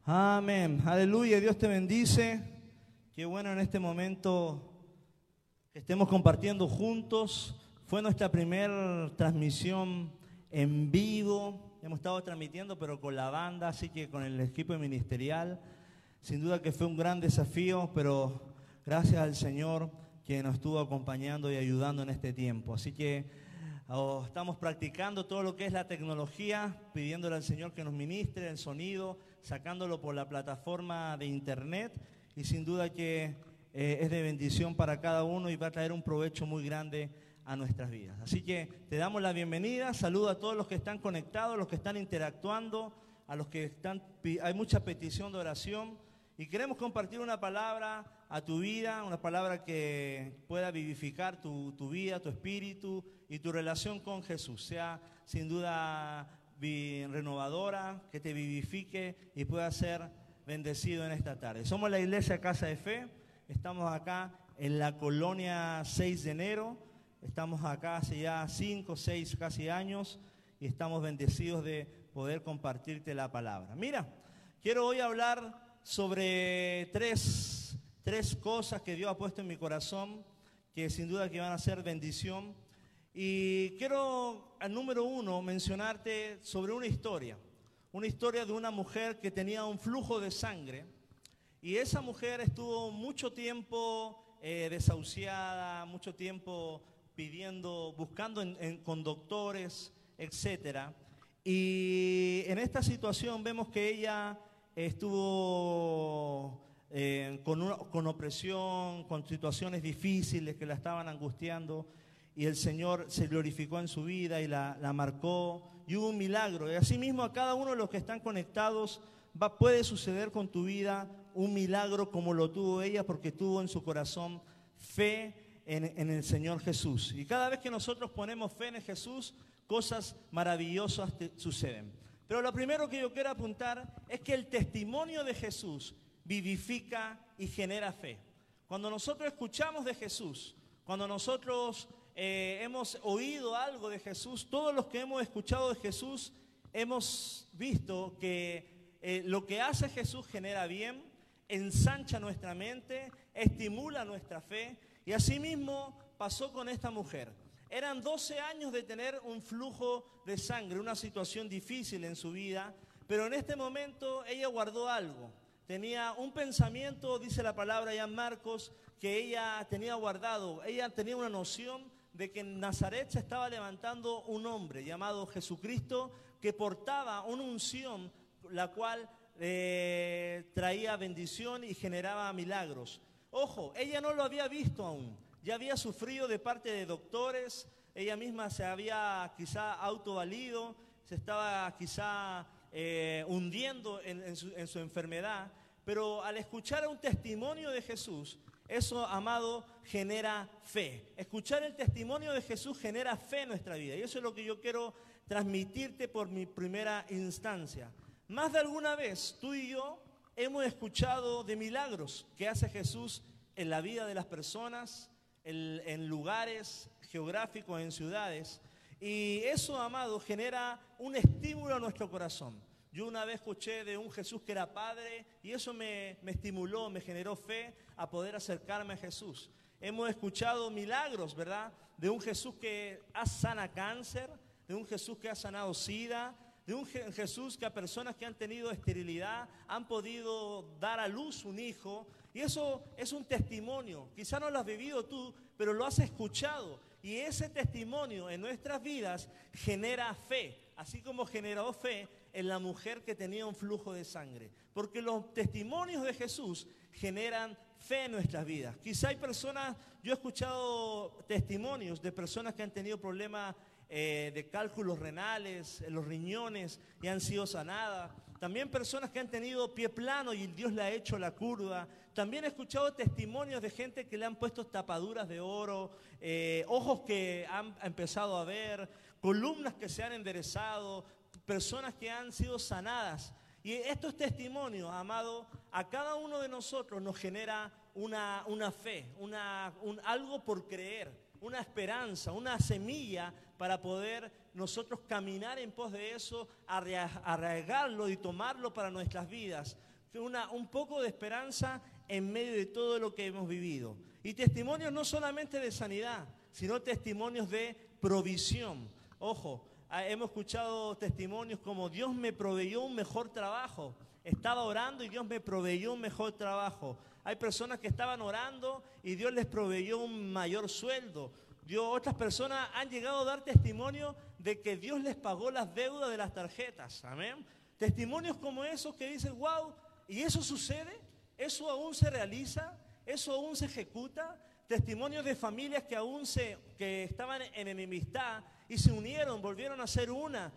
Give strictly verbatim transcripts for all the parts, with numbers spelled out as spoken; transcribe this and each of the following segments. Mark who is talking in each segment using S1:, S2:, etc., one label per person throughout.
S1: Amén, aleluya, Dios te bendice. Qué bueno en este momento que estemos compartiendo juntos. Fue nuestra primera transmisión en vivo. Hemos estado transmitiendo pero con la banda, así que con el equipo ministerial. Sin duda que fue un gran desafío, pero gracias al Señor que nos estuvo acompañando y ayudando en este tiempo. Así que oh, estamos practicando todo lo que es la tecnología, pidiéndole al Señor que nos ministre el sonido, sacándolo por la plataforma de internet, y sin duda que eh, es de bendición para cada uno y va a traer un provecho muy grande a nuestras vidas. Así que te damos la bienvenida, saludo a todos los que están conectados, los que están interactuando, a los que están, hay mucha petición de oración, y queremos compartir una palabra a tu vida, una palabra que pueda vivificar tu, tu vida, tu espíritu y tu relación con Jesús, sea sin duda renovadora, que te vivifique y pueda ser bendecido en esta tarde. Somos la Iglesia Casa de Fe, estamos acá en la colonia seis de enero, estamos acá hace ya cinco, seis casi años y estamos bendecidos de poder compartirte la palabra. Mira, quiero hoy hablar sobre tres, tres cosas que Dios ha puesto en mi corazón, que sin duda que van a ser bendición. Y quiero, al número uno, mencionarte sobre una historia, una historia de una mujer que tenía un flujo de sangre, y esa mujer estuvo mucho tiempo eh, desahuciada, mucho tiempo pidiendo, buscando en, en, con doctores, etcétera. Y en esta situación vemos que ella estuvo eh, con, una, con opresión, con situaciones difíciles que la estaban angustiando, y el Señor se glorificó en su vida y la, la marcó, y hubo un milagro. Y asimismo a cada uno de los que están conectados va, puede suceder con tu vida un milagro como lo tuvo ella, porque tuvo en su corazón fe en, en el Señor Jesús. Y cada vez que nosotros ponemos fe en Jesús, cosas maravillosas te, suceden. Pero lo primero que yo quiero apuntar es que el testimonio de Jesús vivifica y genera fe. Cuando nosotros escuchamos de Jesús, cuando nosotros eh, hemos oído algo de Jesús, todos los que hemos escuchado de Jesús hemos visto que eh, lo que hace Jesús genera bien, ensancha nuestra mente, estimula nuestra fe, y asimismo pasó con esta mujer. Eran doce años de tener un flujo de sangre, una situación difícil en su vida, pero en este momento ella guardó algo. Tenía un pensamiento, dice la palabra ya en Marcos, que ella tenía guardado. Ella tenía una noción de que en Nazaret se estaba levantando un hombre llamado Jesucristo, que portaba una unción, la cual eh, traía bendición y generaba milagros. Ojo, ella no lo había visto aún. Ya había sufrido de parte de doctores, ella misma se había quizá autovalido, se estaba quizá eh, hundiendo en, en, su, en su enfermedad, pero al escuchar un testimonio de Jesús, eso, amado, genera fe. Escuchar el testimonio de Jesús genera fe en nuestra vida, y eso es lo que yo quiero transmitirte por mi primera instancia. Más de alguna vez tú y yo hemos escuchado de milagros que hace Jesús en la vida de las personas, En, en lugares geográficos, en ciudades, y eso, amado, genera un estímulo a nuestro corazón. Yo una vez escuché de un Jesús que era padre, y eso me, me estimuló, me generó fe a poder acercarme a Jesús. Hemos escuchado milagros, ¿verdad? De un Jesús que sana cáncer, de un Jesús que ha sanado SIDA, de un Jesús que a personas que han tenido esterilidad han podido dar a luz un hijo. Y eso es un testimonio. Quizá no lo has vivido tú, pero lo has escuchado. Y ese testimonio en nuestras vidas genera fe, así como generó fe en la mujer que tenía un flujo de sangre. Porque los testimonios de Jesús generan fe en nuestras vidas. Quizá hay personas, yo he escuchado testimonios de personas que han tenido problemas eh, de cálculos renales, en los riñones, y han sido sanadas. También personas que han tenido pie plano y Dios le ha hecho la curva. También he escuchado testimonios de gente que le han puesto tapaduras de oro, eh, ojos que han empezado a ver, columnas que se han enderezado, personas que han sido sanadas. Y estos testimonios, amado, a cada uno de nosotros nos genera una, una fe, una, un, algo por creer, una esperanza, una semilla para poder nosotros caminar en pos de eso, arraigarlo y tomarlo para nuestras vidas. una, un poco de esperanza en medio de todo lo que hemos vivido. Y testimonios no solamente de sanidad, sino testimonios de provisión. Ojo, hemos escuchado testimonios como Dios me proveyó un mejor trabajo. Estaba orando y Dios me proveyó un mejor trabajo. Hay personas que estaban orando y Dios les proveyó un mayor sueldo. Dios, otras personas han llegado a dar testimonio de que Dios les pagó las deudas de las tarjetas. Amén. Testimonios como esos que dicen, wow, ¿y eso sucede? ¿Eso aún se realiza? ¿Eso aún se ejecuta? Testimonios de familias que aún se, que estaban en enemistad y se unieron, volvieron a ser una.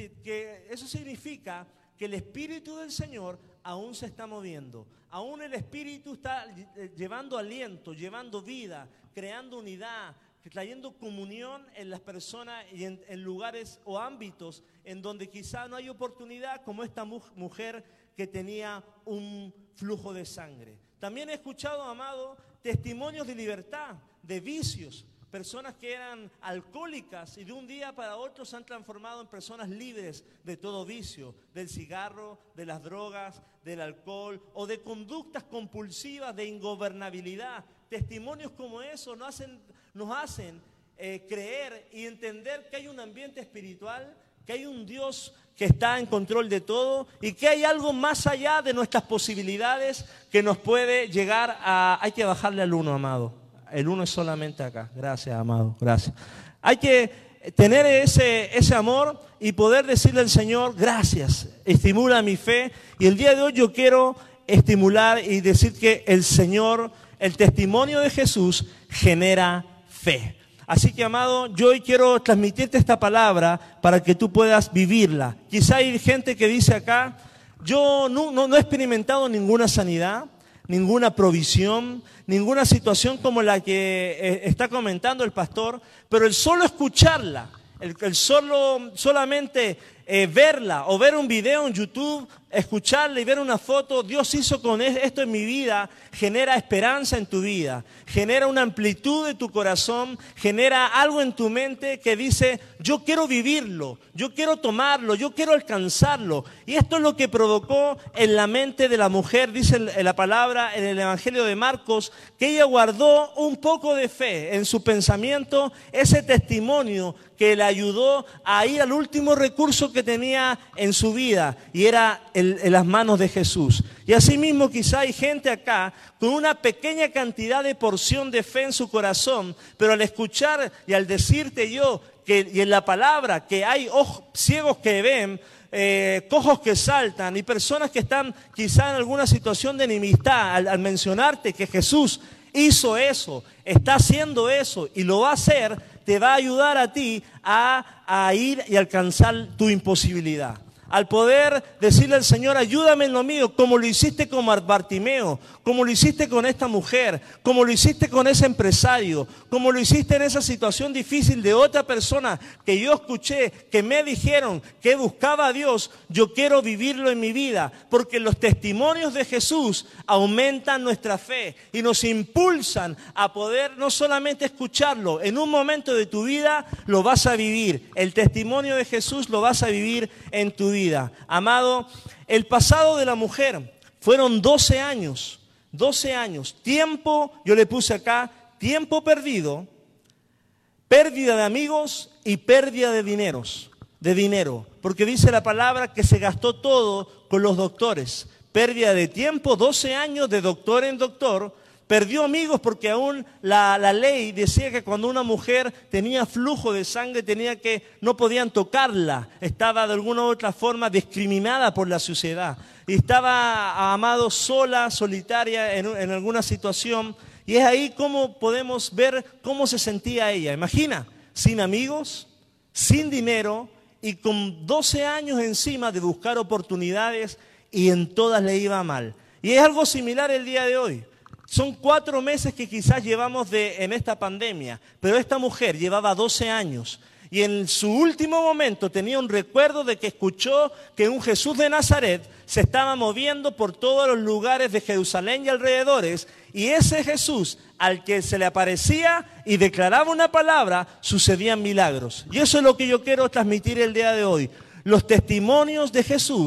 S1: Que eso significa que el Espíritu del Señor aún se está moviendo. Aún el Espíritu está llevando aliento, llevando vida, creando unidad, trayendo comunión en las personas y en, en lugares o ámbitos en donde quizá no hay oportunidad, como esta mu- mujer que tenía un flujo de sangre. También he escuchado, amado, testimonios de libertad, de vicios, personas que eran alcohólicas y de un día para otro se han transformado en personas libres de todo vicio, del cigarro, de las drogas, del alcohol o de conductas compulsivas, de ingobernabilidad. Testimonios como esos nos hacen, nos hacen eh, creer y entender que hay un ambiente espiritual, que hay un Dios que está en control de todo y que hay algo más allá de nuestras posibilidades que nos puede llegar a... Hay que bajarle al uno, amado. El uno es solamente acá. Gracias, amado. Gracias. Hay que tener ese, ese amor y poder decirle al Señor, gracias, estimula mi fe. Y el día de hoy yo quiero estimular y decir que el Señor, el testimonio de Jesús genera fe. Así que, amado, yo hoy quiero transmitirte esta palabra para que tú puedas vivirla. Quizá hay gente que dice acá, yo no, no, no he experimentado ninguna sanidad, ninguna provisión, ninguna situación como la que eh, está comentando el pastor, pero el solo escucharla, el, el solo, solamente eh, verla o ver un video en YouTube, escucharla y ver una foto, Dios hizo con esto en mi vida, genera esperanza en tu vida, genera una amplitud de tu corazón, genera algo en tu mente que dice, yo quiero vivirlo, yo quiero tomarlo, yo quiero alcanzarlo. Y esto es lo que provocó en la mente de la mujer, dice la palabra en el Evangelio de Marcos, que ella guardó un poco de fe en su pensamiento, ese testimonio que le ayudó a ir al último recurso que tenía en su vida, y era el, en las manos de Jesús. Y asimismo quizá hay gente acá con una pequeña cantidad de porción de fe en su corazón, pero al escuchar y al decirte yo que, y en la palabra que hay ojos, ciegos que ven, eh, cojos que saltan y personas que están quizá en alguna situación de enemistad, al, al mencionarte que Jesús hizo eso, está haciendo eso y lo va a hacer, te va a ayudar a ti a, a ir y alcanzar tu imposibilidad. Al poder decirle al Señor, ayúdame en lo mío, como lo hiciste con Bartimeo, como lo hiciste con esta mujer, como lo hiciste con ese empresario, como lo hiciste en esa situación difícil de otra persona que yo escuché, que me dijeron que buscaba a Dios, yo quiero vivirlo en mi vida, porque los testimonios de Jesús aumentan nuestra fe y nos impulsan a poder no solamente escucharlo, en un momento de tu vida lo vas a vivir, el testimonio de Jesús lo vas a vivir en tu vida. Amado, el pasado de la mujer fueron doce años, doce años, tiempo, yo le puse acá, tiempo perdido, pérdida de amigos y pérdida de dineros, de dinero, porque dice la palabra que se gastó todo con los doctores, pérdida de tiempo, doce años de doctor en doctor. Perdió amigos porque aún la, la ley decía que cuando una mujer tenía flujo de sangre tenía que, no podían tocarla, estaba de alguna u otra forma discriminada por la sociedad y estaba, amado, sola, solitaria en, en alguna situación, y es ahí como podemos ver cómo se sentía ella. Imagina, sin amigos, sin dinero y con doce años encima de buscar oportunidades y en todas le iba mal. Y es algo similar el día de hoy. Son cuatro meses que quizás llevamos de, en esta pandemia, pero esta mujer llevaba doce años y en su último momento tenía un recuerdo de que escuchó que un Jesús de Nazaret se estaba moviendo por todos los lugares de Jerusalén y alrededores, y ese Jesús al que se le aparecía y declaraba una palabra, sucedían milagros. Y eso es lo que yo quiero transmitir el día de hoy. Los testimonios de Jesús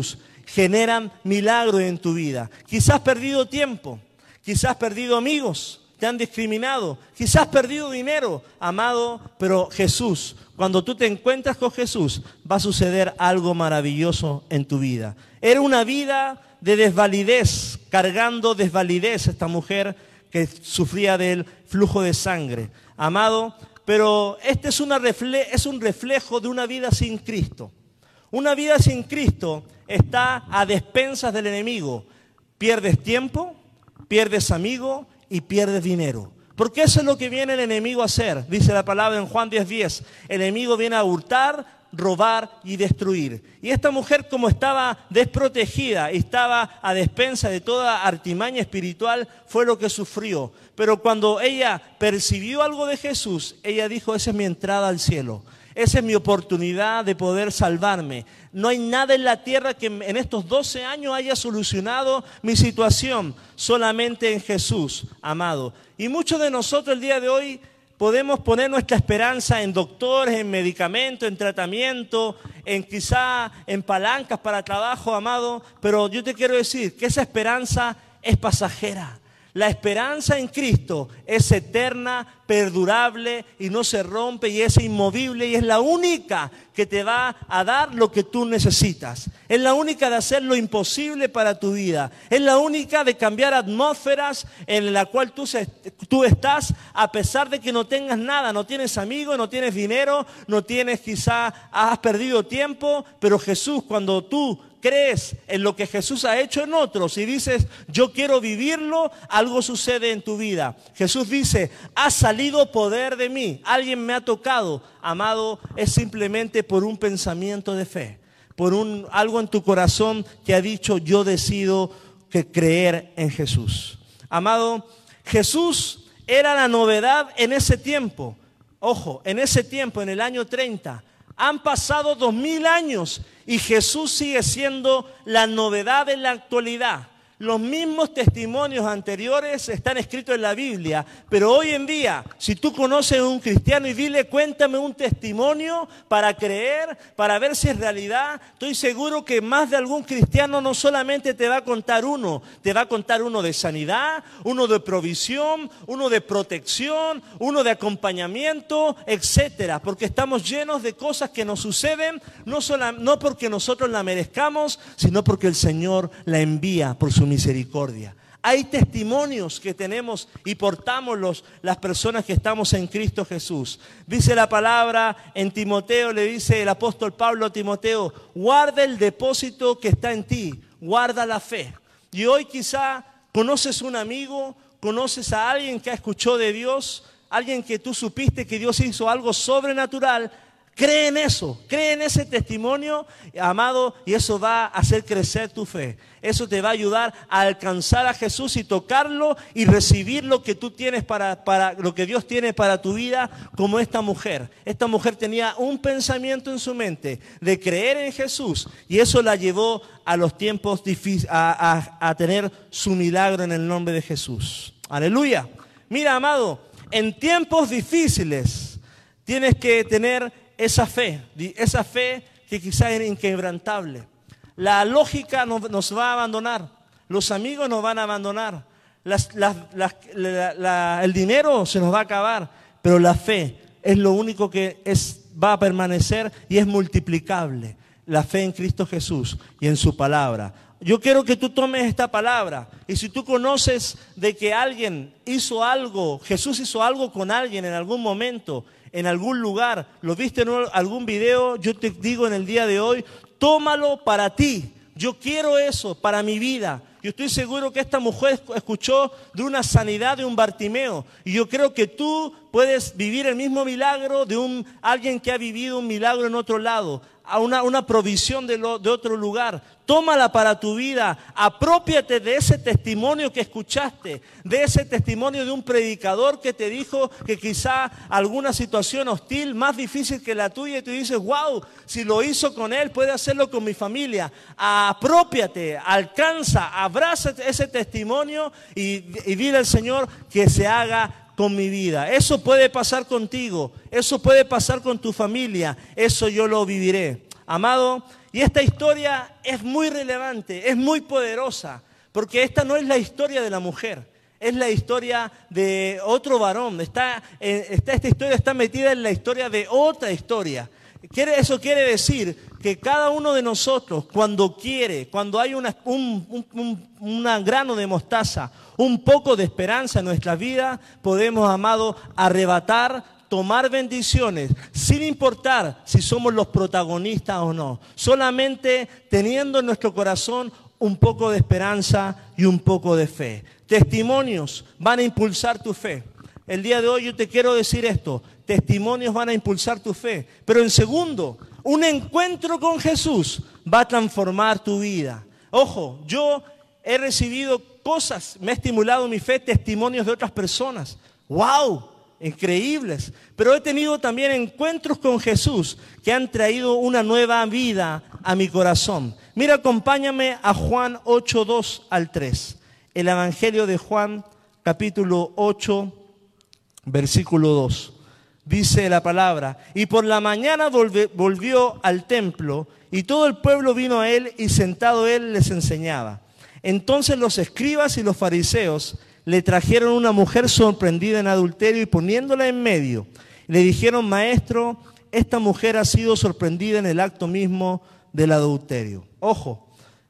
S1: generan milagros en tu vida. Quizás has perdido tiempo, quizás has perdido amigos, te han discriminado, quizás has perdido dinero, amado, pero Jesús, cuando tú te encuentras con Jesús, va a suceder algo maravilloso en tu vida. Era una vida de desvalidez, cargando desvalidez esta mujer que sufría del flujo de sangre. Amado, pero este es, una refle- es un reflejo de una vida sin Cristo. Una vida sin Cristo está a despensas del enemigo. Pierdes tiempo, pierdes amigos y pierdes dinero. Porque eso es lo que viene el enemigo a hacer. Dice la palabra en Juan diez diez. El enemigo viene a hurtar, robar y destruir. Y esta mujer, como estaba desprotegida y estaba a despensa de toda artimaña espiritual, fue lo que sufrió. Pero cuando ella percibió algo de Jesús, ella dijo: esa es mi entrada al cielo. Esa es mi oportunidad de poder salvarme. No hay nada en la tierra que en estos doce años haya solucionado mi situación. Solamente en Jesús, amado. Y muchos de nosotros el día de hoy podemos poner nuestra esperanza en doctores, en medicamentos, en tratamiento, en quizá en palancas para trabajo, amado. Pero yo te quiero decir que esa esperanza es pasajera. La esperanza en Cristo es eterna, perdurable y no se rompe y es inmovible y es la única que te va a dar lo que tú necesitas. Es la única de hacer lo imposible para tu vida. Es la única de cambiar atmósferas en la cual tú, se, tú estás a pesar de que no tengas nada. No tienes amigos, no tienes dinero, no tienes quizá, has perdido tiempo, pero Jesús, cuando tú crees en lo que Jesús ha hecho en otros y dices: yo quiero vivirlo, algo sucede en tu vida. Jesús dice: ha salido poder de mí, alguien me ha tocado. Amado, es simplemente por un pensamiento de fe, por un, algo en tu corazón que ha dicho: yo decido que creer en Jesús. Amado, Jesús era la novedad en ese tiempo. Ojo, en ese tiempo, en el año treinta, han pasado dos mil años y Jesús sigue siendo la novedad en la actualidad. Los mismos testimonios anteriores están escritos en la Biblia, pero hoy en día, si tú conoces a un cristiano y dile: cuéntame un testimonio para creer, para ver si es realidad, estoy seguro que más de algún cristiano no solamente te va a contar uno, te va a contar uno de sanidad, uno de provisión, uno de protección, uno de acompañamiento, etcétera, porque estamos llenos de cosas que nos suceden, no, sola, no porque nosotros la merezcamos, sino porque el Señor la envía por su misericordia. Hay testimonios que tenemos y portamos los, las personas que estamos en Cristo Jesús. Dice la palabra en Timoteo, le dice el apóstol Pablo a Timoteo: guarda el depósito que está en ti, guarda la fe. Y hoy quizá conoces un amigo, conoces a alguien que escuchó de Dios, alguien que tú supiste que Dios hizo algo sobrenatural. Cree en eso, cree en ese testimonio, amado, y eso va a hacer crecer tu fe. Eso te va a ayudar a alcanzar a Jesús y tocarlo y recibir lo que tú tienes para, para lo que Dios tiene para tu vida, como esta mujer. Esta mujer tenía un pensamiento en su mente de creer en Jesús y eso la llevó a los tiempos difíciles, a, a, a tener su milagro en el nombre de Jesús. Aleluya. Mira, amado, en tiempos difíciles tienes que tener esa fe, esa fe que quizás era inquebrantable. La lógica nos, nos va a abandonar, los amigos nos van a abandonar, las, las, las, la, la, el dinero se nos va a acabar, pero la fe es lo único que es, va a permanecer y es multiplicable. La fe en Cristo Jesús y en su palabra. Yo quiero que tú tomes esta palabra y si tú conoces de que alguien hizo algo, Jesús hizo algo con alguien en algún momento, en algún lugar, lo viste en algún video, yo te digo en el día de hoy, tómalo para ti. Yo quiero eso para mi vida. Yo estoy seguro que esta mujer escuchó de una sanidad de un Bartimeo. Y yo creo que tú puedes vivir el mismo milagro de un, alguien que ha vivido un milagro en otro lado. A una, una provisión de, lo, de otro lugar. Tómala para tu vida, aprópiate de ese testimonio que escuchaste, de ese testimonio de un predicador que te dijo que quizá alguna situación hostil, más difícil que la tuya, y tú dices: wow, si lo hizo con él, puede hacerlo con mi familia. Aprópiate, alcanza, abraza ese testimonio y, y dile al Señor que se haga con mi vida. Eso puede pasar contigo, eso puede pasar con tu familia, eso yo lo viviré. Amado, Y esta historia es muy relevante, es muy poderosa, porque esta no es la historia de la mujer, es la historia de otro varón. Está, eh, está, esta historia está metida en la historia de otra historia. Quiere, eso quiere decir que cada uno de nosotros, cuando quiere, cuando hay una, un, un, un una grano de mostaza, un poco de esperanza en nuestra vida, podemos, amado, arrebatar, tomar bendiciones, sin importar si somos los protagonistas o no. Solamente teniendo en nuestro corazón un poco de esperanza y un poco de fe. Testimonios van a impulsar tu fe. El día de hoy yo te quiero decir esto. Testimonios van a impulsar tu fe. Pero en segundo, un encuentro con Jesús va a transformar tu vida. Ojo, yo he recibido cosas, me ha estimulado mi fe, testimonios de otras personas. ¡Wow! Increíbles. Pero he tenido también encuentros con Jesús que han traído una nueva vida a mi corazón. Mira, acompáñame a Juan ocho, dos al tres. El Evangelio de Juan, capítulo ocho, versículo dos. Dice la palabra: y por la mañana volve, volvió al templo, y todo el pueblo vino a él, y sentado él les enseñaba. Entonces los escribas y los fariseos le trajeron una mujer sorprendida en adulterio, y poniéndola en medio, le dijeron: maestro, esta mujer ha sido sorprendida en el acto mismo del adulterio. Ojo,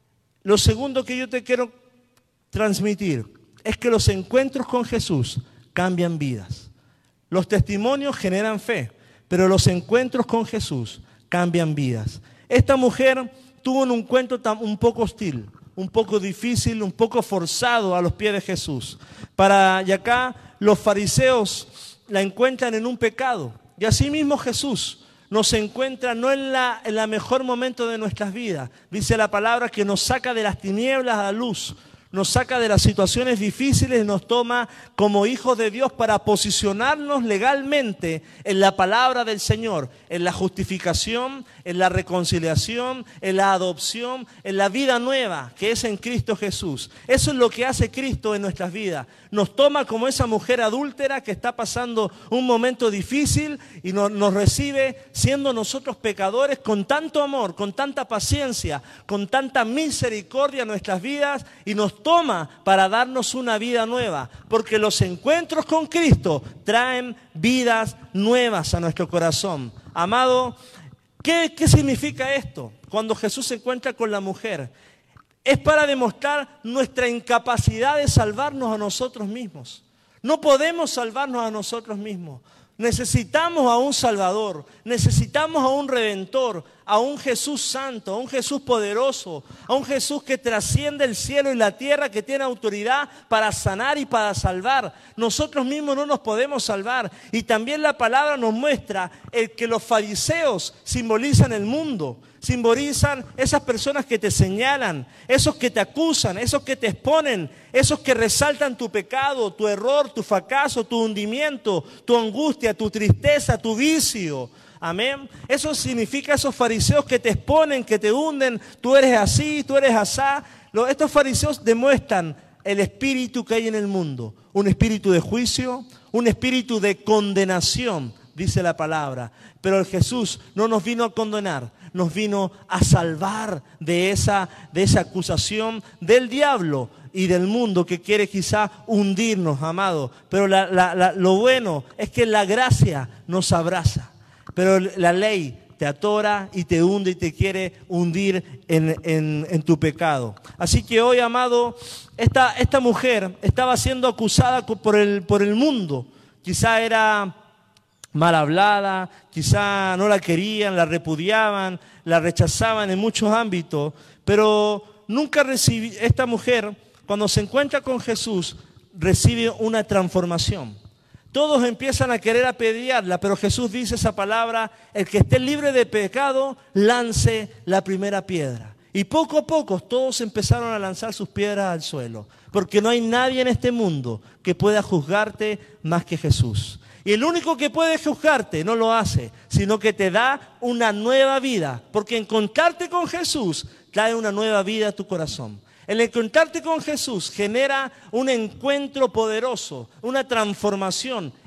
S1: lo segundo que yo te quiero transmitir es que los encuentros con Jesús cambian vidas. Los testimonios generan fe, pero los encuentros con Jesús cambian vidas. Esta mujer tuvo un encuentro un poco hostil, un poco difícil, un poco forzado a los pies de Jesús. Para, y acá los fariseos la encuentran en un pecado. Y así mismo Jesús nos encuentra no en la, en la mejor momento de nuestras vidas. Dice la palabra que nos saca de las tinieblas a la luz. Nos saca de las situaciones difíciles, nos toma como hijos de Dios para posicionarnos legalmente en la palabra del Señor, en la justificación, en la reconciliación, en la adopción, en la vida nueva que es en Cristo Jesús. Eso es lo que hace Cristo en nuestras vidas. Nos toma como esa mujer adúltera que está pasando un momento difícil y nos, nos recibe siendo nosotros pecadores con tanto amor, con tanta paciencia, con tanta misericordia en nuestras vidas, y nos toma para darnos una vida nueva, porque los encuentros con Cristo traen vidas nuevas a nuestro corazón. Amado, ¿qué, qué significa esto? Cuando Jesús se encuentra con la mujer, es para demostrar nuestra incapacidad de salvarnos a nosotros mismos. No podemos salvarnos a nosotros mismos. Necesitamos a un Salvador, necesitamos a un Redentor, a un Jesús santo, a un Jesús poderoso, a un Jesús que trasciende el cielo y la tierra, que tiene autoridad para sanar y para salvar. Nosotros mismos no nos podemos salvar. Y también la palabra nos muestra el que los fariseos simbolizan el mundo. Simbolizan esas personas que te señalan, esos que te acusan, esos que te exponen, esos que resaltan tu pecado, tu error, tu fracaso, tu hundimiento, tu angustia, tu tristeza, tu vicio. Amén. Eso significa esos fariseos que te exponen, que te hunden. Tú eres así, tú eres asá. Estos fariseos demuestran el espíritu que hay en el mundo. Un espíritu de juicio, un espíritu de condenación, dice la palabra. Pero el Jesús no nos vino a condenar, nos vino a salvar de esa, de esa acusación del diablo y del mundo que quiere quizá hundirnos, amado. Pero la, la, la, lo bueno es que la gracia nos abraza, pero la ley te atora y te hunde y te quiere hundir en, en, en tu pecado. Así que hoy, amado, esta, esta mujer estaba siendo acusada por el, por el mundo. Quizá era mal hablada, quizá no la querían, la repudiaban, la rechazaban en muchos ámbitos, pero nunca recibió, esta mujer, cuando se encuentra con Jesús, recibe una transformación. Todos empiezan a querer apedrearla, pero Jesús dice esa palabra: el que esté libre de pecado, lance la primera piedra. Y poco a poco todos empezaron a lanzar sus piedras al suelo, porque no hay nadie en este mundo que pueda juzgarte más que Jesús. Y el único que puede juzgarte no lo hace, sino que te da una nueva vida. Porque encontrarte con Jesús trae una nueva vida a tu corazón. El encontrarte con Jesús genera un encuentro poderoso, una transformación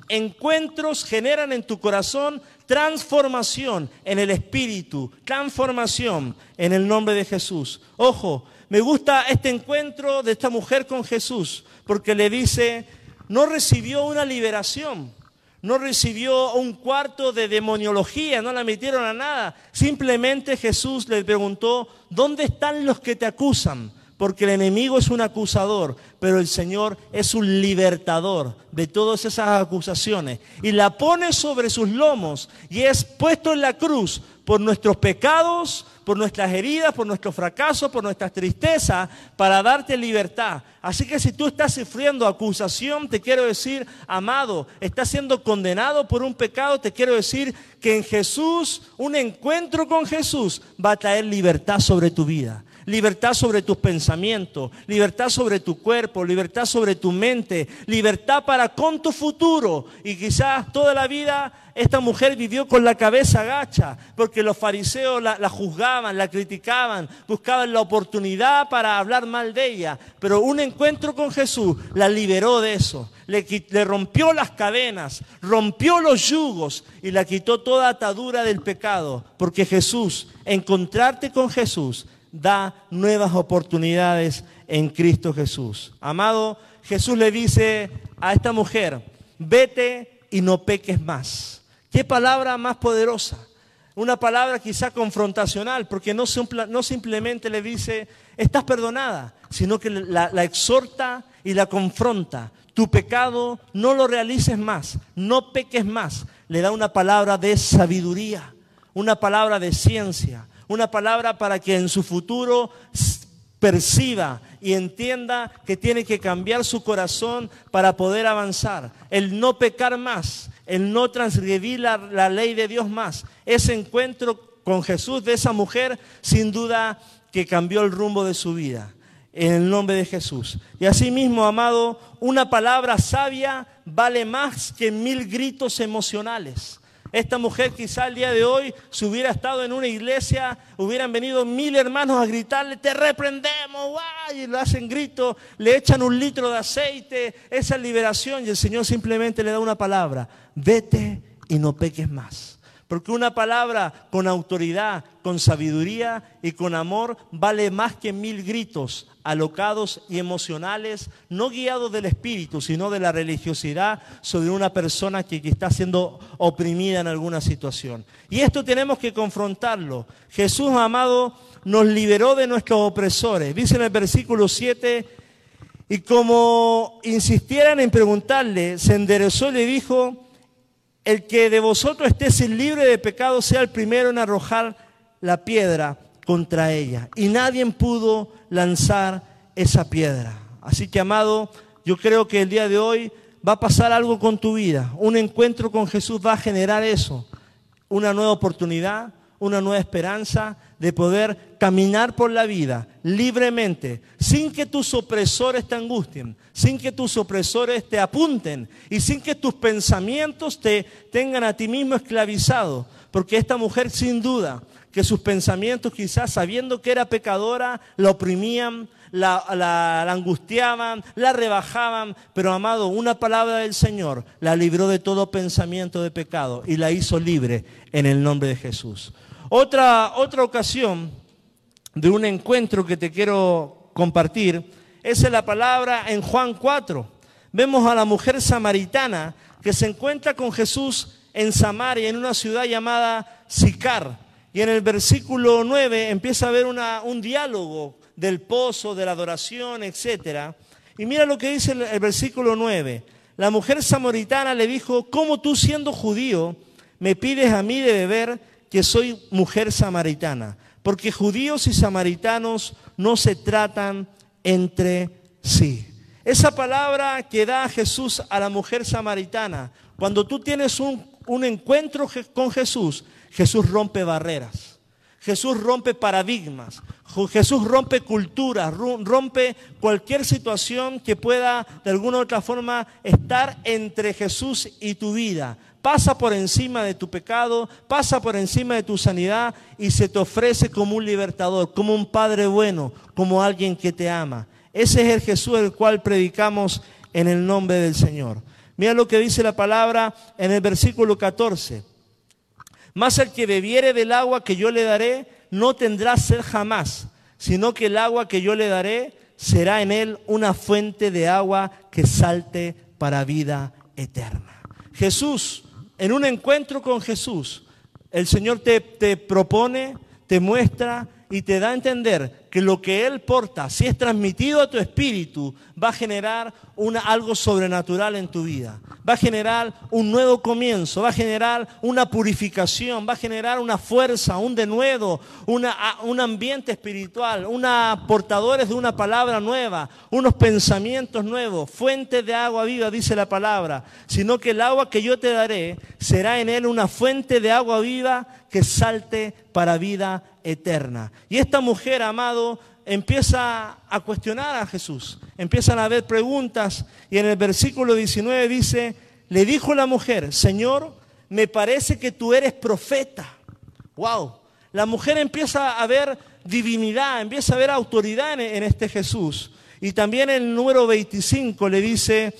S1: encuentros generan en tu corazón transformación en el espíritu, transformación en el nombre de Jesús. Ojo, me gusta este encuentro de esta mujer con Jesús, porque le dice, no recibió una liberación, no recibió un cuarto de demoniología, no la metieron a nada. Simplemente Jesús le preguntó, ¿dónde están los que te acusan? Porque el enemigo es un acusador, pero el Señor es un libertador de todas esas acusaciones. Y la pone sobre sus lomos y es puesto en la cruz por nuestros pecados, por nuestras heridas, por nuestros fracasos, por nuestras tristezas, para darte libertad. Así que si tú estás sufriendo acusación, te quiero decir, amado, estás siendo condenado por un pecado, te quiero decir que en Jesús, un encuentro con Jesús va a traer libertad sobre tu vida. Libertad sobre tus pensamientos, libertad sobre tu cuerpo, libertad sobre tu mente, libertad para con tu futuro. Y quizás toda la vida esta mujer vivió con la cabeza agacha, porque los fariseos la, la juzgaban, la criticaban, buscaban la oportunidad para hablar mal de ella. Pero un encuentro con Jesús la liberó de eso, le, le rompió las cadenas, rompió los yugos y la quitó toda atadura del pecado. Porque Jesús, encontrarte con Jesús, da nuevas oportunidades en Cristo Jesús. Amado, Jesús le dice a esta mujer, vete y no peques más. ¿Qué palabra más poderosa? Una palabra quizá confrontacional, porque no, no simplemente le dice, estás perdonada, sino que la, la exhorta y la confronta. Tu pecado no lo realices más, no peques más. Le da una palabra de sabiduría, una palabra de ciencia, una palabra para que en su futuro perciba y entienda que tiene que cambiar su corazón para poder avanzar. El no pecar más, el no transgredir la, la ley de Dios más. Ese encuentro con Jesús de esa mujer, sin duda que cambió el rumbo de su vida. En el nombre de Jesús. Y asimismo, amado, una palabra sabia vale más que mil gritos emocionales. Esta mujer quizá el día de hoy, si hubiera estado en una iglesia, hubieran venido mil hermanos a gritarle, te reprendemos, ¡guay! Y le hacen gritos, le echan un litro de aceite, esa es liberación. Y el Señor simplemente le da una palabra, vete y no peques más. Porque una palabra con autoridad, con sabiduría y con amor vale más que mil gritos alocados y emocionales, no guiados del espíritu, sino de la religiosidad sobre una persona que, que está siendo oprimida en alguna situación. Y esto tenemos que confrontarlo. Jesús, amado, nos liberó de nuestros opresores. Dice en el versículo siete, y como insistieran en preguntarle, se enderezó y le dijo, el que de vosotros esté sin libre de pecado sea el primero en arrojar la piedra contra ella. Y nadie pudo lanzar esa piedra. Así que, amado, yo creo que el día de hoy va a pasar algo con tu vida. Un encuentro con Jesús va a generar eso. Una nueva oportunidad, una nueva esperanza de poder caminar por la vida libremente, sin que tus opresores te angustien, sin que tus opresores te apunten y sin que tus pensamientos te tengan a ti mismo esclavizado. Porque esta mujer, sin duda, que sus pensamientos quizás sabiendo que era pecadora, la oprimían, la, la, la angustiaban, la rebajaban, pero amado, una palabra del Señor la libró de todo pensamiento de pecado y la hizo libre en el nombre de Jesús. Otra, otra ocasión de un encuentro que te quiero compartir es la palabra en Juan cuatro. Vemos a la mujer samaritana que se encuentra con Jesús en Samaria, en una ciudad llamada Sicar. Y en el versículo nueve empieza a haber una, un diálogo del pozo, de la adoración, etcétera. Y mira lo que dice el, el versículo nueve. La mujer samaritana le dijo, ¿cómo tú siendo judío me pides a mí de beber que soy mujer samaritana? Porque judíos y samaritanos no se tratan entre sí. Esa palabra que da Jesús a la mujer samaritana, cuando tú tienes un, un encuentro con Jesús, Jesús rompe barreras, Jesús rompe paradigmas, Jesús rompe culturas, rompe cualquier situación que pueda de alguna u otra forma estar entre Jesús y tu vida. Pasa por encima de tu pecado, pasa por encima de tu sanidad y se te ofrece como un libertador, como un Padre bueno, como alguien que te ama. Ese es el Jesús el cual predicamos en el nombre del Señor. Mira lo que dice la palabra en el versículo catorce. Mas el que bebiere del agua que yo le daré, no tendrá sed jamás, sino que el agua que yo le daré será en él una fuente de agua que salte para vida eterna. Jesús, en un encuentro con Jesús, el Señor te, te propone, te muestra y te da a entender que lo que Él porta, si es transmitido a tu espíritu, va a generar una, algo sobrenatural en tu vida. Va a generar un nuevo comienzo, va a generar una purificación, va a generar una fuerza, un denuedo, una, un ambiente espiritual, una portadores de una palabra nueva, unos pensamientos nuevos, fuente de agua viva, dice la palabra. Sino que el agua que yo te daré será en él una fuente de agua viva que salte para vida eterna. Y esta mujer, amado, empieza a cuestionar a Jesús. Empiezan a haber preguntas y en el versículo diecinueve dice, le dijo la mujer, Señor, me parece que tú eres profeta. Wow, la mujer empieza a ver divinidad, empieza a ver autoridad en, en este Jesús. Y también en el número veinticinco le dice,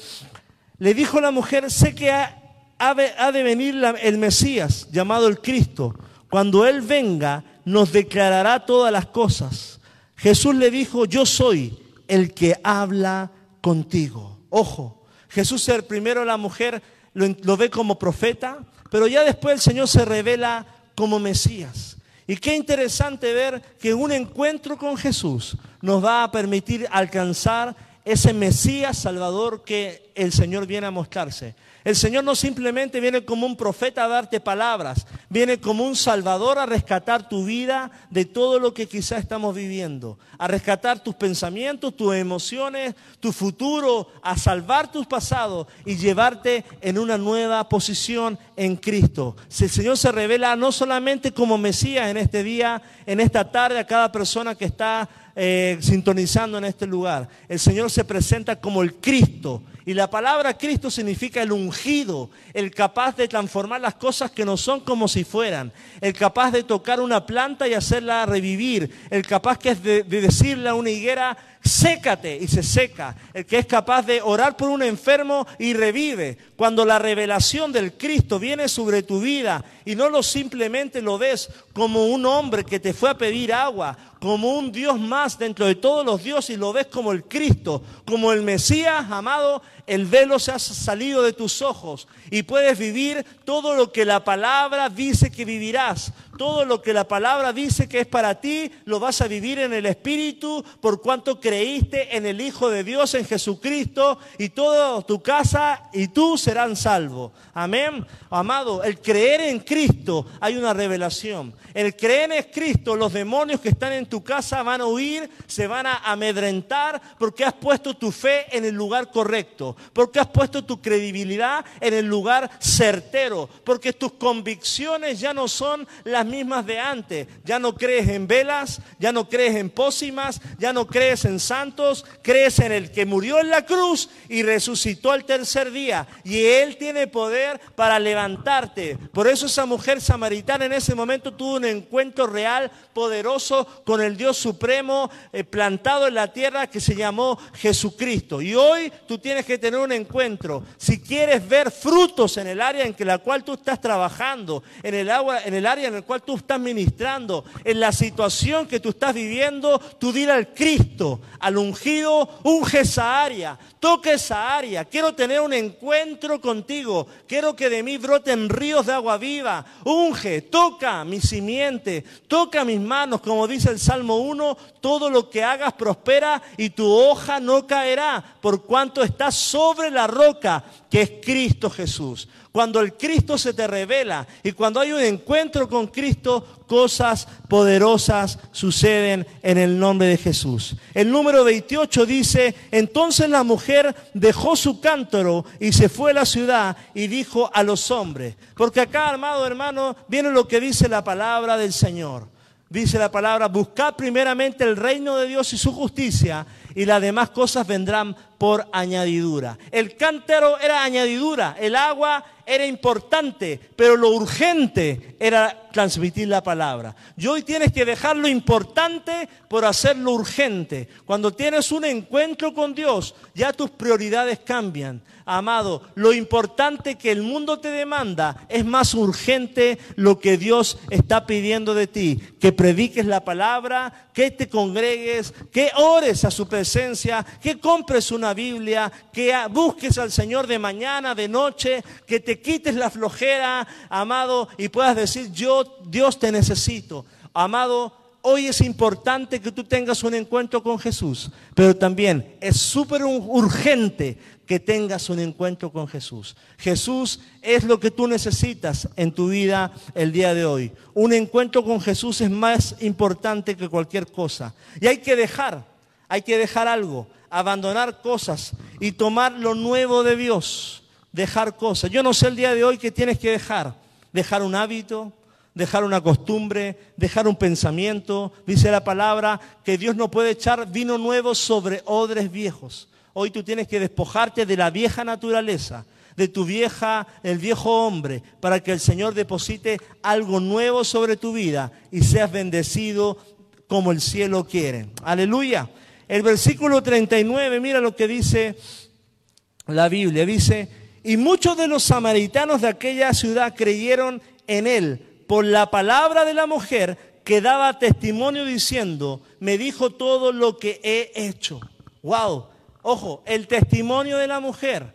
S1: le dijo la mujer, sé que ha, ha, de, ha de venir la, el Mesías, llamado el Cristo. Cuando Él venga, nos declarará todas las cosas. Jesús le dijo, yo soy el que habla contigo. Ojo, Jesús el primero, la mujer lo, lo ve como profeta, pero ya después el Señor se revela como Mesías. Y qué interesante ver que un encuentro con Jesús nos va a permitir alcanzar ese Mesías Salvador que el Señor viene a mostrarse. El Señor no simplemente viene como un profeta a darte palabras, viene como un Salvador a rescatar tu vida de todo lo que quizás estamos viviendo, a rescatar tus pensamientos, tus emociones, tu futuro, a salvar tus pasados y llevarte en una nueva posición en Cristo. El Señor se revela no solamente como Mesías en este día, en esta tarde, a cada persona que está eh, sintonizando en este lugar. El Señor se presenta como el Cristo. Y la palabra Cristo significa el ungido, el capaz de transformar las cosas que no son como si fueran, el capaz de tocar una planta y hacerla revivir, el capaz que es de, de decirle a una higuera, sécate y se seca, el que es capaz de orar por un enfermo y revive. Cuando la revelación del Cristo viene sobre tu vida y no lo simplemente lo ves como un hombre que te fue a pedir agua, como un Dios más dentro de todos los dioses y lo ves como el Cristo, como el Mesías, amado, el velo se ha salido de tus ojos y puedes vivir todo lo que la palabra dice que vivirás. Todo lo que la palabra dice que es para ti, lo vas a vivir en el Espíritu por cuanto creíste en el Hijo de Dios, en Jesucristo, y toda tu casa y tú serán salvos. Amén. Amado, el creer en Cristo hay una revelación. El creer en Cristo, los demonios que están en tu casa van a huir, se van a amedrentar porque has puesto tu fe en el lugar correcto, porque has puesto tu credibilidad en el lugar certero, porque tus convicciones ya no son las mismas de antes. Ya no crees en velas, ya no crees en pócimas, ya no crees en santos, crees en el que murió en la cruz y resucitó al tercer día, y Él tiene poder para levantarte. Por eso esa mujer samaritana en ese momento tuvo un encuentro real, poderoso, con el Dios supremo eh, plantado en la tierra, que se llamó Jesucristo. Y hoy tú tienes que tener un encuentro. Si quieres ver frutos en el área en que la cual tú estás trabajando, en el, agua, en el área en el cual tú estás ministrando, en la situación que tú estás viviendo, tú dile al Cristo, al ungido, unge esa área, toca esa área. Quiero tener un encuentro contigo, quiero que de mí broten ríos de agua viva. Unge, toca mi simiente, toca mis manos, como dice el Salmo uno, todo lo que hagas prospera y tu hoja no caerá, por cuanto estás sobre la roca que es Cristo Jesús. Cuando el Cristo se te revela y cuando hay un encuentro con Cristo, cosas poderosas suceden en el nombre de Jesús. El número veintiocho dice, entonces la mujer dejó su cántaro y se fue a la ciudad y dijo a los hombres. Porque acá, amado hermano, viene lo que dice la palabra del Señor. Dice la palabra, buscad primeramente el reino de Dios y su justicia, y las demás cosas vendrán por añadidura. El cántaro era añadidura, el agua era importante, pero lo urgente era transmitir la palabra. Y hoy tienes que dejar lo importante por hacerlo urgente. Cuando tienes un encuentro con Dios, ya tus prioridades cambian. Amado, lo importante que el mundo te demanda es más urgente lo que Dios está pidiendo de ti. Que prediques la palabra, que te congregues, que ores a su presencia, que compres una Biblia, que busques al Señor de mañana, de noche, que te quites la flojera, amado, y puedas decir, yo, Dios, te necesito. Amado, hoy es importante que tú tengas un encuentro con Jesús, pero también es súper urgente que tengas un encuentro con Jesús. Jesús es lo que tú necesitas en tu vida el día de hoy. Un encuentro con Jesús es más importante que cualquier cosa. Y hay que dejar, hay que dejar algo, abandonar cosas y tomar lo nuevo de Dios. Dejar cosas. Yo no sé el día de hoy qué tienes que dejar. Dejar un hábito, dejar una costumbre, dejar un pensamiento. Dice la palabra que Dios no puede echar vino nuevo sobre odres viejos. Hoy tú tienes que despojarte de la vieja naturaleza, de tu vieja, el viejo hombre, para que el Señor deposite algo nuevo sobre tu vida y seas bendecido como el cielo quiere. Aleluya. El versículo treinta y nueve, mira lo que dice la Biblia. Dice, y muchos de los samaritanos de aquella ciudad creyeron en él por la palabra de la mujer que daba testimonio diciendo, me dijo todo lo que he hecho. ¡Wow! Ojo, el testimonio de la mujer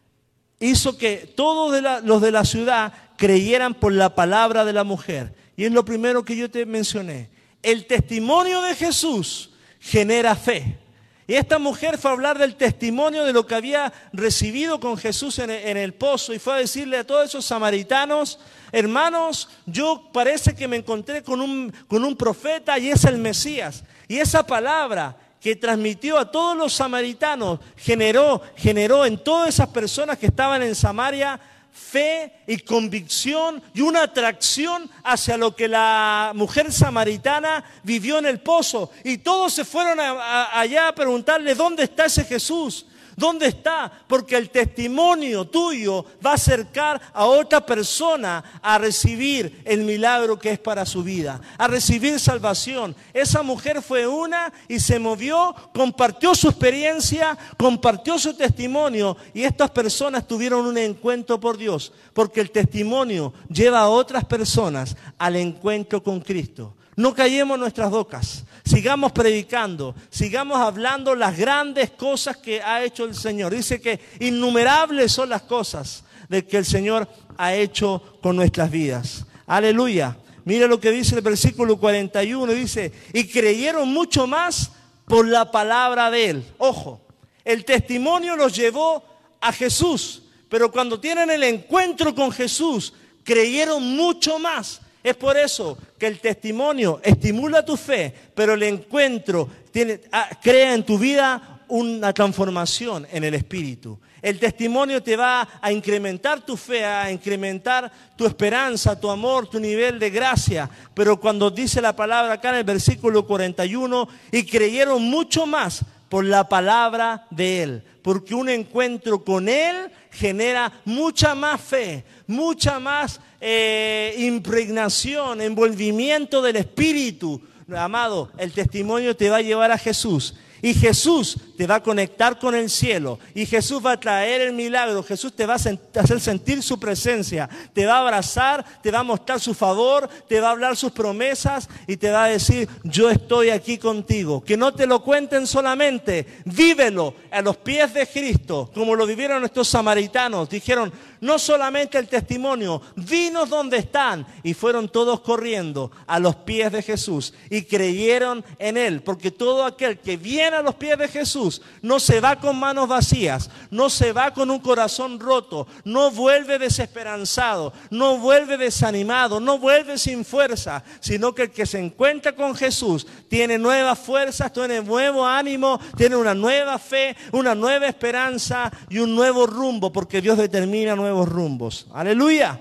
S1: hizo que todos de la, los de la ciudad creyeran por la palabra de la mujer. Y es lo primero que yo te mencioné. El testimonio de Jesús genera fe. Y esta mujer fue a hablar del testimonio de lo que había recibido con Jesús en el, en el pozo y fue a decirle a todos esos samaritanos, hermanos, yo parece que me encontré con un, con un profeta y es el Mesías. Y esa palabra que transmitió a todos los samaritanos, generó, generó en todas esas personas que estaban en Samaria fe y convicción y una atracción hacia lo que la mujer samaritana vivió en el pozo. Y todos se fueron a, a, allá a preguntarle, ¿dónde está ese Jesús? ¿Dónde está? Porque el testimonio tuyo va a acercar a otra persona a recibir el milagro que es para su vida, a recibir salvación. Esa mujer fue una y se movió, compartió su experiencia, compartió su testimonio y estas personas tuvieron un encuentro por Dios, porque el testimonio lleva a otras personas al encuentro con Cristo. No callemos nuestras bocas, sigamos predicando, sigamos hablando las grandes cosas que ha hecho el Señor. Dice que innumerables son las cosas de que el Señor ha hecho con nuestras vidas. Aleluya. Mira lo que dice el versículo cuarenta y uno, dice, y creyeron mucho más por la palabra de Él. Ojo, el testimonio los llevó a Jesús, pero cuando tienen el encuentro con Jesús, creyeron mucho más. Es por eso que el testimonio estimula tu fe, pero el encuentro tiene, crea en tu vida una transformación en el espíritu. El testimonio te va a incrementar tu fe, a incrementar tu esperanza, tu amor, tu nivel de gracia. Pero cuando dice la palabra acá en el versículo cuarenta y uno, y creyeron mucho más por la palabra de Él, porque un encuentro con Él genera mucha más fe, mucha más eh, impregnación, envolvimiento del Espíritu. Amado, el testimonio te va a llevar a Jesús. Y Jesús te va a conectar con el cielo. Y Jesús va a traer el milagro. Jesús te va a hacer sentir su presencia. Te va a abrazar, te va a mostrar su favor, te va a hablar sus promesas y te va a decir, yo estoy aquí contigo. Que no te lo cuenten solamente, vívelo a los pies de Cristo, como lo vivieron estos samaritanos. Dijeron, no solamente el testimonio, dinos dónde están. Y fueron todos corriendo a los pies de Jesús y creyeron en Él. Porque todo aquel que viene a los pies de Jesús no se va con manos vacías, no se va con un corazón roto, no vuelve desesperanzado, no vuelve desanimado, no vuelve sin fuerza, sino que el que se encuentra con Jesús tiene nuevas fuerzas, tiene nuevo ánimo, tiene una nueva fe, una nueva esperanza y un nuevo rumbo, porque Dios determina nuevos rumbos. Aleluya.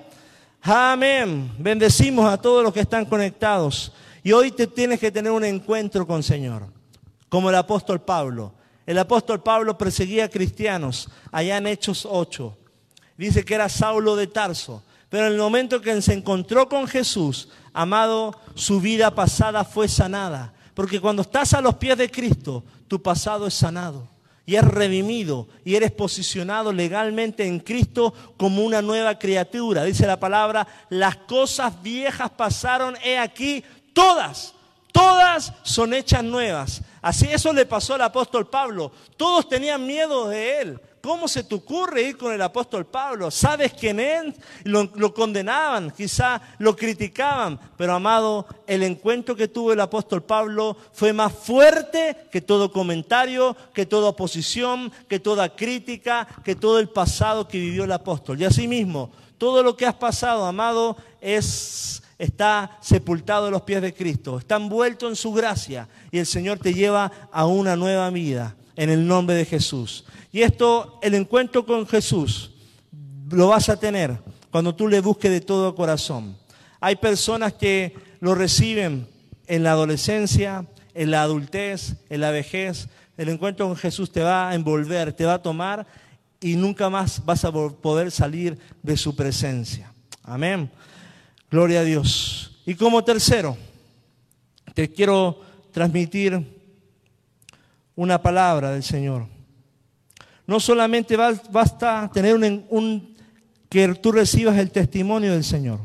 S1: Amén. Bendecimos a todos los que están conectados. Y hoy te tienes que tener un encuentro con el Señor. Como el apóstol Pablo. El apóstol Pablo perseguía a cristianos allá en Hechos ocho. Dice que era Saulo de Tarso. Pero en el momento que se encontró con Jesús, amado, su vida pasada fue sanada. Porque cuando estás a los pies de Cristo, tu pasado es sanado. Y es redimido y eres posicionado legalmente en Cristo como una nueva criatura. Dice la palabra, las cosas viejas pasaron, he aquí, todas, todas son hechas nuevas. Así eso le pasó al apóstol Pablo. Todos tenían miedo de él. ¿Cómo se te ocurre ir con el apóstol Pablo? Sabes que en él lo, lo condenaban, quizá lo criticaban, pero amado, el encuentro que tuvo el apóstol Pablo fue más fuerte que todo comentario, que toda oposición, que toda crítica, que todo el pasado que vivió el apóstol. Y asimismo, todo lo que has pasado, amado, es... está sepultado a los pies de Cristo, está envuelto en su gracia y el Señor te lleva a una nueva vida en el nombre de Jesús. Y esto, el encuentro con Jesús, lo vas a tener cuando tú le busques de todo corazón. Hay personas que lo reciben en la adolescencia, en la adultez, en la vejez. El encuentro con Jesús te va a envolver, te va a tomar y nunca más vas a poder salir de su presencia. Amén. Gloria a Dios. Y como tercero, te quiero transmitir una palabra del Señor. No solamente basta tener un, un, que tú recibas el testimonio del Señor.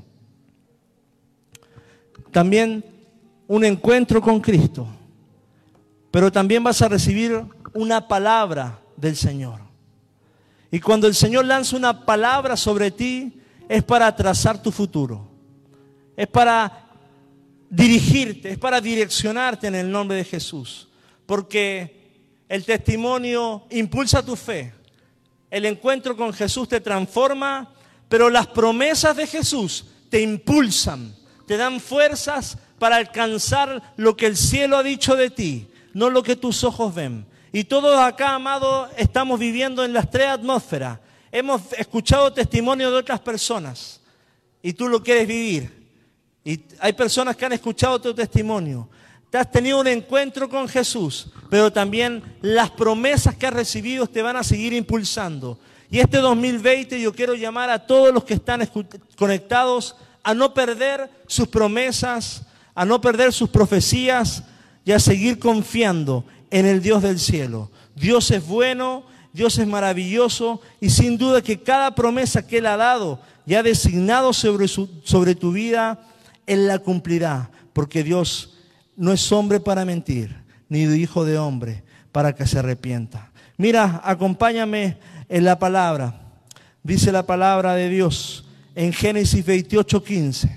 S1: También un encuentro con Cristo. Pero también vas a recibir una palabra del Señor. Y cuando el Señor lanza una palabra sobre ti, es para trazar tu futuro. Es para dirigirte, es para direccionarte en el nombre de Jesús. Porque el testimonio impulsa tu fe. El encuentro con Jesús te transforma, pero las promesas de Jesús te impulsan, te dan fuerzas para alcanzar lo que el cielo ha dicho de ti, no lo que tus ojos ven. Y todos acá, amados, estamos viviendo en las tres atmósferas. Hemos escuchado testimonio de otras personas y tú lo quieres vivir. Y hay personas que han escuchado tu testimonio. Te has tenido un encuentro con Jesús, pero también las promesas que has recibido te van a seguir impulsando. Y este dos mil veinte yo quiero llamar a todos los que están conectados a no perder sus promesas, a no perder sus profecías y a seguir confiando en el Dios del cielo. Dios es bueno, Dios es maravilloso y sin duda que cada promesa que Él ha dado y ha designado sobre, su, sobre tu vida, Él la cumplirá, porque Dios no es hombre para mentir, ni hijo de hombre para que se arrepienta. Mira, acompáñame en la palabra. Dice la palabra de Dios en Génesis veintiocho, quince.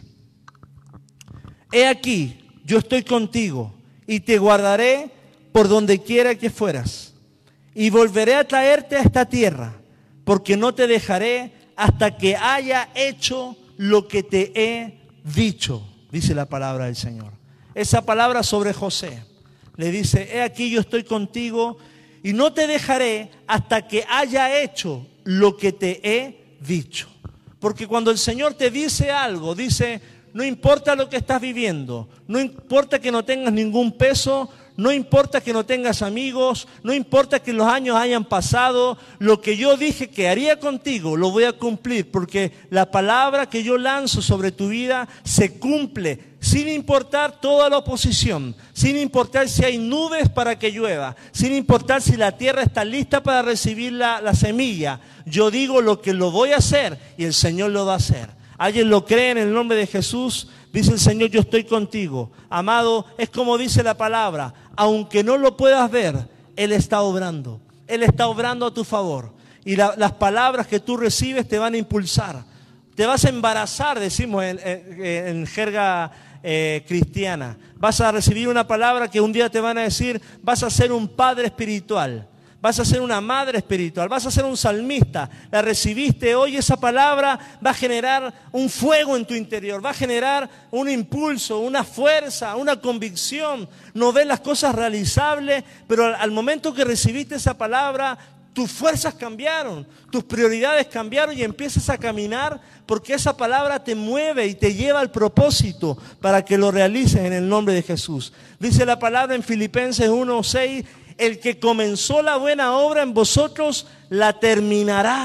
S1: He aquí, yo estoy contigo y te guardaré por donde quiera que fueras. Y volveré a traerte a esta tierra, porque no te dejaré hasta que haya hecho lo que te he dicho, dice la palabra del Señor. Esa palabra sobre José, le dice, he aquí yo estoy contigo y no te dejaré hasta que haya hecho lo que te he dicho. Porque cuando el Señor te dice algo, dice, no importa lo que estás viviendo, no importa que no tengas ningún peso, no importa que no tengas amigos, no importa que los años hayan pasado, lo que yo dije que haría contigo lo voy a cumplir, porque la palabra que yo lanzo sobre tu vida se cumple, sin importar toda la oposición, sin importar si hay nubes para que llueva, sin importar si la tierra está lista para recibir la, la semilla. Yo digo lo que lo voy a hacer y el Señor lo va a hacer. ¿Alguien lo cree en el nombre de Jesús? Dice el Señor, yo estoy contigo. Amado, es como dice la palabra, aunque no lo puedas ver, Él está obrando. Él está obrando a tu favor. Y la, las palabras que tú recibes te van a impulsar. Te vas a embarazar, decimos en, en, en jerga eh, cristiana. Vas a recibir una palabra que un día te van a decir, vas a ser un padre espiritual. Vas a ser una madre espiritual, vas a ser un salmista. La recibiste hoy, esa palabra va a generar un fuego en tu interior, va a generar un impulso, una fuerza, una convicción. No ves las cosas realizables, pero al momento que recibiste esa palabra, tus fuerzas cambiaron, tus prioridades cambiaron y empiezas a caminar porque esa palabra te mueve y te lleva al propósito para que lo realices en el nombre de Jesús. Dice la palabra en Filipenses uno seis, el que comenzó la buena obra en vosotros la terminará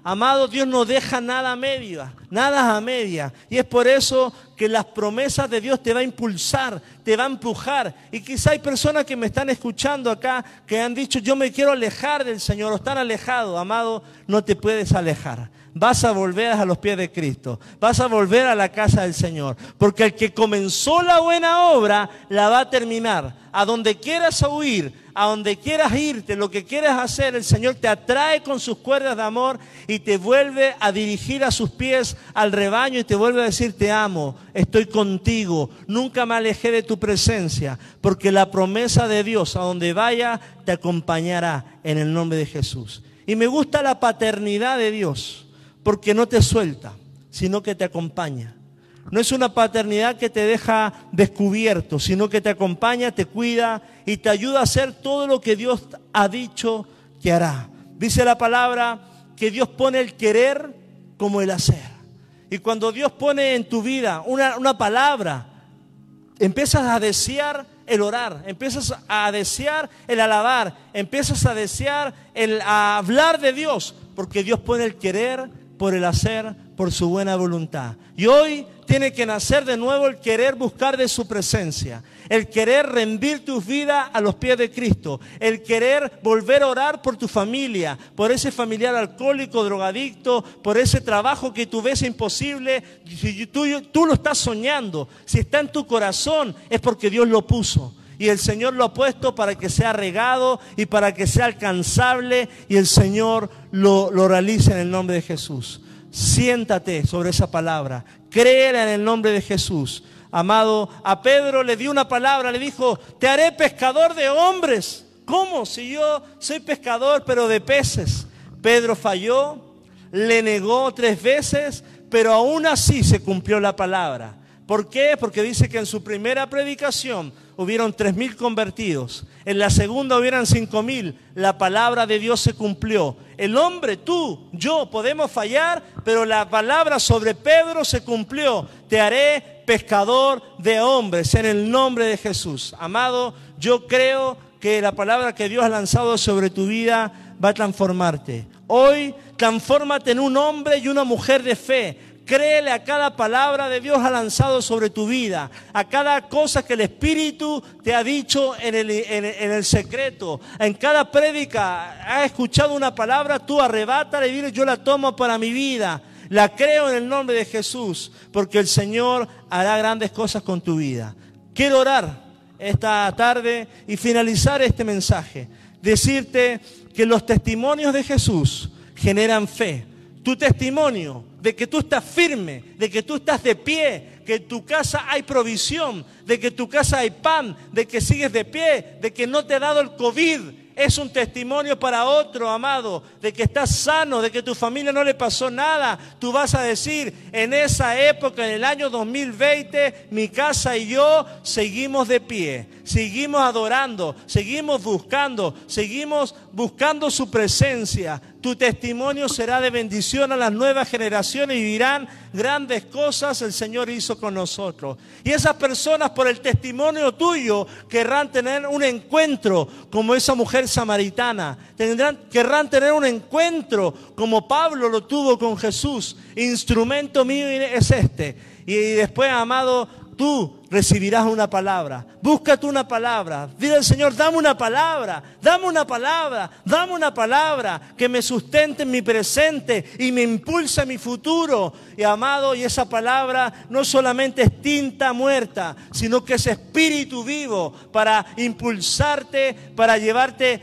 S1: Amado, Dios no deja nada a media, nada a media. Y es por eso que las promesas de Dios te va a impulsar, te va a empujar. Y quizá hay personas que me están escuchando acá que han dicho, yo me quiero alejar del Señor, o están alejados. Amado, no te puedes alejar. Vas a volver a los pies de Cristo. Vas a volver a la casa del Señor. Porque el que comenzó la buena obra, la va a terminar. A donde quieras huir, a donde quieras irte, lo que quieras hacer, el Señor te atrae con sus cuerdas de amor y te vuelve a dirigir a sus pies al rebaño y te vuelve a decir, te amo, estoy contigo, nunca me alejé de tu presencia, porque la promesa de Dios, a donde vaya, te acompañará en el nombre de Jesús. Y me gusta la paternidad de Dios, porque no te suelta, sino que te acompaña. No es una paternidad que te deja descubierto, sino que te acompaña, te cuida y te ayuda a hacer todo lo que Dios ha dicho que hará. Dice la palabra que Dios pone el querer como el hacer. Y cuando Dios pone en tu vida una, una palabra, empiezas a desear el orar, empiezas a desear el alabar, empiezas a desear el a hablar de Dios, porque Dios pone el querer por el hacer, por su buena voluntad. Y hoy tiene que nacer de nuevo el querer buscar de su presencia, el querer rendir tu vida a los pies de Cristo, el querer volver a orar por tu familia, por ese familiar alcohólico, drogadicto, por ese trabajo que tú ves imposible. Si tú, tú lo estás soñando, si está en tu corazón, es porque Dios lo puso. Y el Señor lo ha puesto para que sea regado y para que sea alcanzable, y el Señor lo, lo realice en el nombre de Jesús. Siéntate sobre esa palabra, créela en el nombre de Jesús. Amado, a Pedro le dio una palabra, le dijo, te haré pescador de hombres. ¿Cómo? Si yo soy pescador, pero de peces. Pedro falló, le negó tres veces, pero aún así se cumplió la palabra. ¿Por qué? Porque dice que en su primera predicación hubieron tres mil convertidos. En la segunda hubieran cinco mil. La palabra de Dios se cumplió. El hombre, tú, yo, podemos fallar, pero la palabra sobre Pedro se cumplió. Te haré pescador de hombres en el nombre de Jesús. Amado, yo creo que la palabra que Dios ha lanzado sobre tu vida va a transformarte. Hoy, transfórmate en un hombre y una mujer de fe. Créele a cada palabra de Dios ha lanzado sobre tu vida, a cada cosa que el Espíritu te ha dicho en el, en, en el secreto. En cada prédica has escuchado una palabra, tú arrebátala y dile, yo la tomo para mi vida. La creo en el nombre de Jesús, porque el Señor hará grandes cosas con tu vida. Quiero orar esta tarde y finalizar este mensaje. Decirte que los testimonios de Jesús generan fe. Tu testimonio de que tú estás firme, de que tú estás de pie, que en tu casa hay provisión, de que en tu casa hay pan, de que sigues de pie, de que no te ha dado el COVID, es un testimonio para otro, amado, de que estás sano, de que a tu familia no le pasó nada. Tú vas a decir, en esa época, en el año dos mil veinte, mi casa y yo seguimos de pie, seguimos adorando, seguimos buscando, seguimos buscando su presencia. Tu testimonio será de bendición a las nuevas generaciones y dirán, grandes cosas el Señor hizo con nosotros. Y esas personas, por el testimonio tuyo, querrán tener un encuentro como esa mujer samaritana. Tendrán, querrán tener un encuentro como Pablo lo tuvo con Jesús. Instrumento mío es este. Y después, amado, tú recibirás una palabra. Búscate una palabra. Dile al Señor, dame una palabra, dame una palabra, dame una palabra que me sustente en mi presente y me impulse en mi futuro. Y amado, y esa palabra no solamente es tinta muerta, sino que es espíritu vivo para impulsarte, para llevarte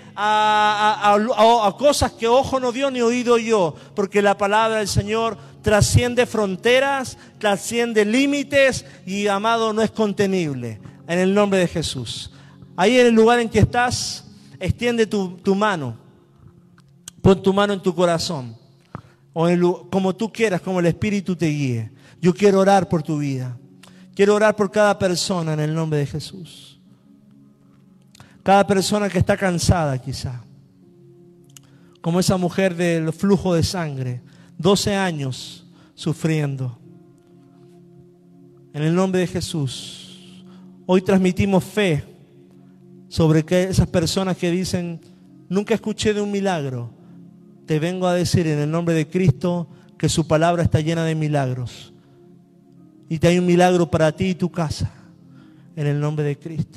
S1: a, a, a, a cosas que ojo no vio ni oído yo. Porque la palabra del Señor trasciende fronteras, trasciende límites y, amado, no es contenible. En el nombre de Jesús. Ahí en el lugar en que estás, extiende tu, tu mano. Pon tu mano en tu corazón. O en el, como tú quieras, como el Espíritu te guíe. Yo quiero orar por tu vida. Quiero orar por cada persona en el nombre de Jesús. Cada persona que está cansada quizá. Como esa mujer del flujo de sangre. doce años sufriendo. En el nombre de Jesús. Hoy transmitimos fe sobre que esas personas que dicen, nunca escuché de un milagro. te vengo a decir en el nombre de Cristo que su palabra está llena de milagros. Y te hay un milagro para ti y tu casa, en el nombre de Cristo.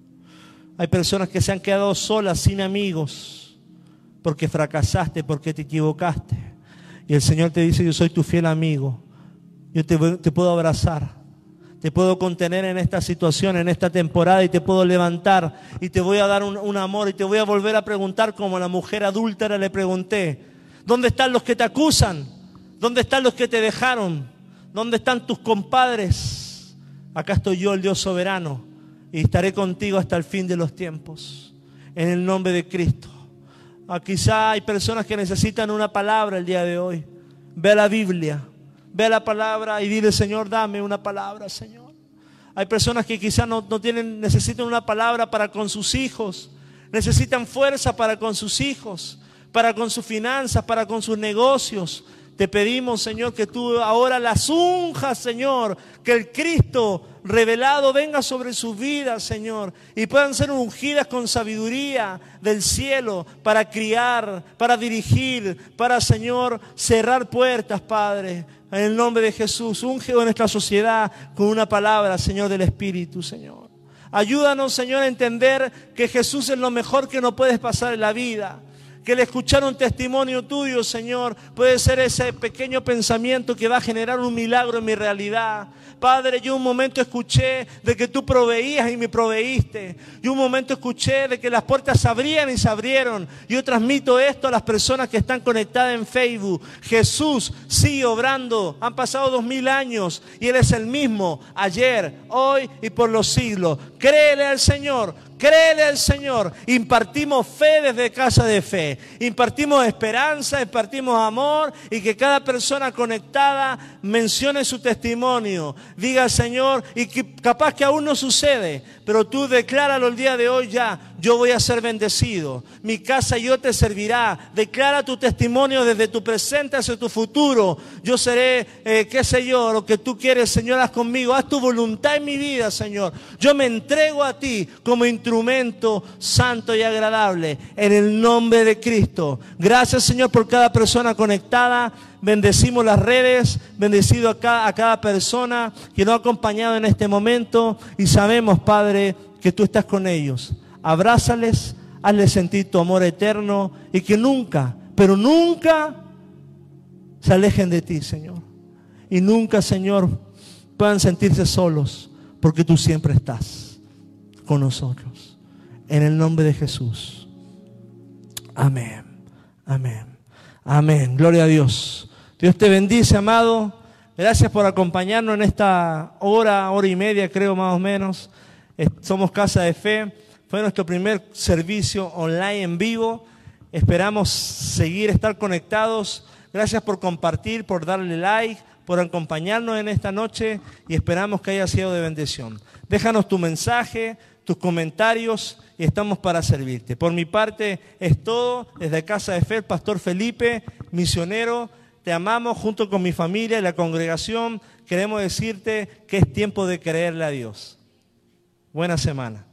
S1: Hay personas que se han quedado solas, sin amigos, porque fracasaste, porque te equivocaste. Y el Señor te dice, yo soy tu fiel amigo. Yo te, te puedo abrazar, te puedo contener en esta situación, en esta temporada, y te puedo levantar y te voy a dar un, un amor, y te voy a volver a preguntar como a la mujer adúltera le pregunté: ¿dónde están los que te acusan? ¿Dónde están los que te dejaron? ¿Dónde están tus compadres? Acá estoy yo, el Dios soberano, y estaré contigo hasta el fin de los tiempos, en el nombre de Cristo. Ah, quizá hay personas que necesitan una palabra el día de hoy. Ve a la Biblia, ve a la palabra y dile: Señor, dame una palabra, Señor. Hay personas que quizás no, no tienen, necesitan una palabra para con sus hijos. Necesitan fuerza para con sus hijos, para con sus finanzas, para con sus negocios. Te pedimos, Señor, que tú ahora las unjas, Señor, que el Cristo revelado venga sobre sus vidas, Señor, y puedan ser ungidas con sabiduría del cielo para criar, para dirigir, para, Señor, cerrar puertas, Padre. En el nombre de Jesús, unge en nuestra sociedad con una palabra, Señor, del Espíritu, Señor. Ayúdanos, Señor, a entender que Jesús es lo mejor que nos puede pasar en la vida. Que el escuchar un testimonio tuyo, Señor, puede ser ese pequeño pensamiento que va a generar un milagro en mi realidad. Padre, yo un momento escuché de que tú proveías y me proveíste. Yo un momento escuché de que las puertas se abrían y se abrieron. Yo transmito esto a las personas que están conectadas en Facebook. Jesús sigue obrando. Han pasado dos mil años y Él es el mismo ayer, hoy y por los siglos. Créele al Señor. Créele al Señor. Impartimos fe desde Casa de Fe. Impartimos esperanza, impartimos amor, y que cada persona conectada mencione su testimonio. Diga al Señor, y que capaz que aún no sucede, pero tú decláralo el día de hoy ya: yo voy a ser bendecido. Mi casa y yo te servirá. Declara tu testimonio desde tu presente hacia tu futuro. Yo seré, eh, qué sé yo, lo que tú quieres, Señor, haz conmigo. Haz tu voluntad en mi vida, Señor. Yo me entrego a ti como instrumento instrumento santo y agradable, en el nombre de Cristo. Gracias, Señor, por cada persona conectada. Bendecimos las redes, bendecido a cada, a cada persona que nos ha acompañado en este momento, y sabemos, Padre, que tú estás con ellos. Abrázales, hazles sentir tu amor eterno, y que nunca, pero nunca se alejen de ti, Señor. Y nunca, Señor, puedan sentirse solos, porque tú siempre estás con nosotros. En el nombre de Jesús. Amén. Amén. Amén. Gloria a Dios. Dios te bendice, amado. Gracias por acompañarnos en esta hora, hora y media, creo, más o menos. Somos Casa de Fe. Fue nuestro primer servicio online en vivo. Esperamos seguir, estar conectados. Gracias por compartir, por darle like, por acompañarnos en esta noche, y esperamos que haya sido de bendición. Déjanos tu mensaje, tus comentarios, y estamos para servirte. Por mi parte es todo. Desde Casa de Fe, el Pastor Felipe, misionero. Te amamos junto con mi familia y la congregación. Queremos decirte que es tiempo de creerle a Dios. Buena semana.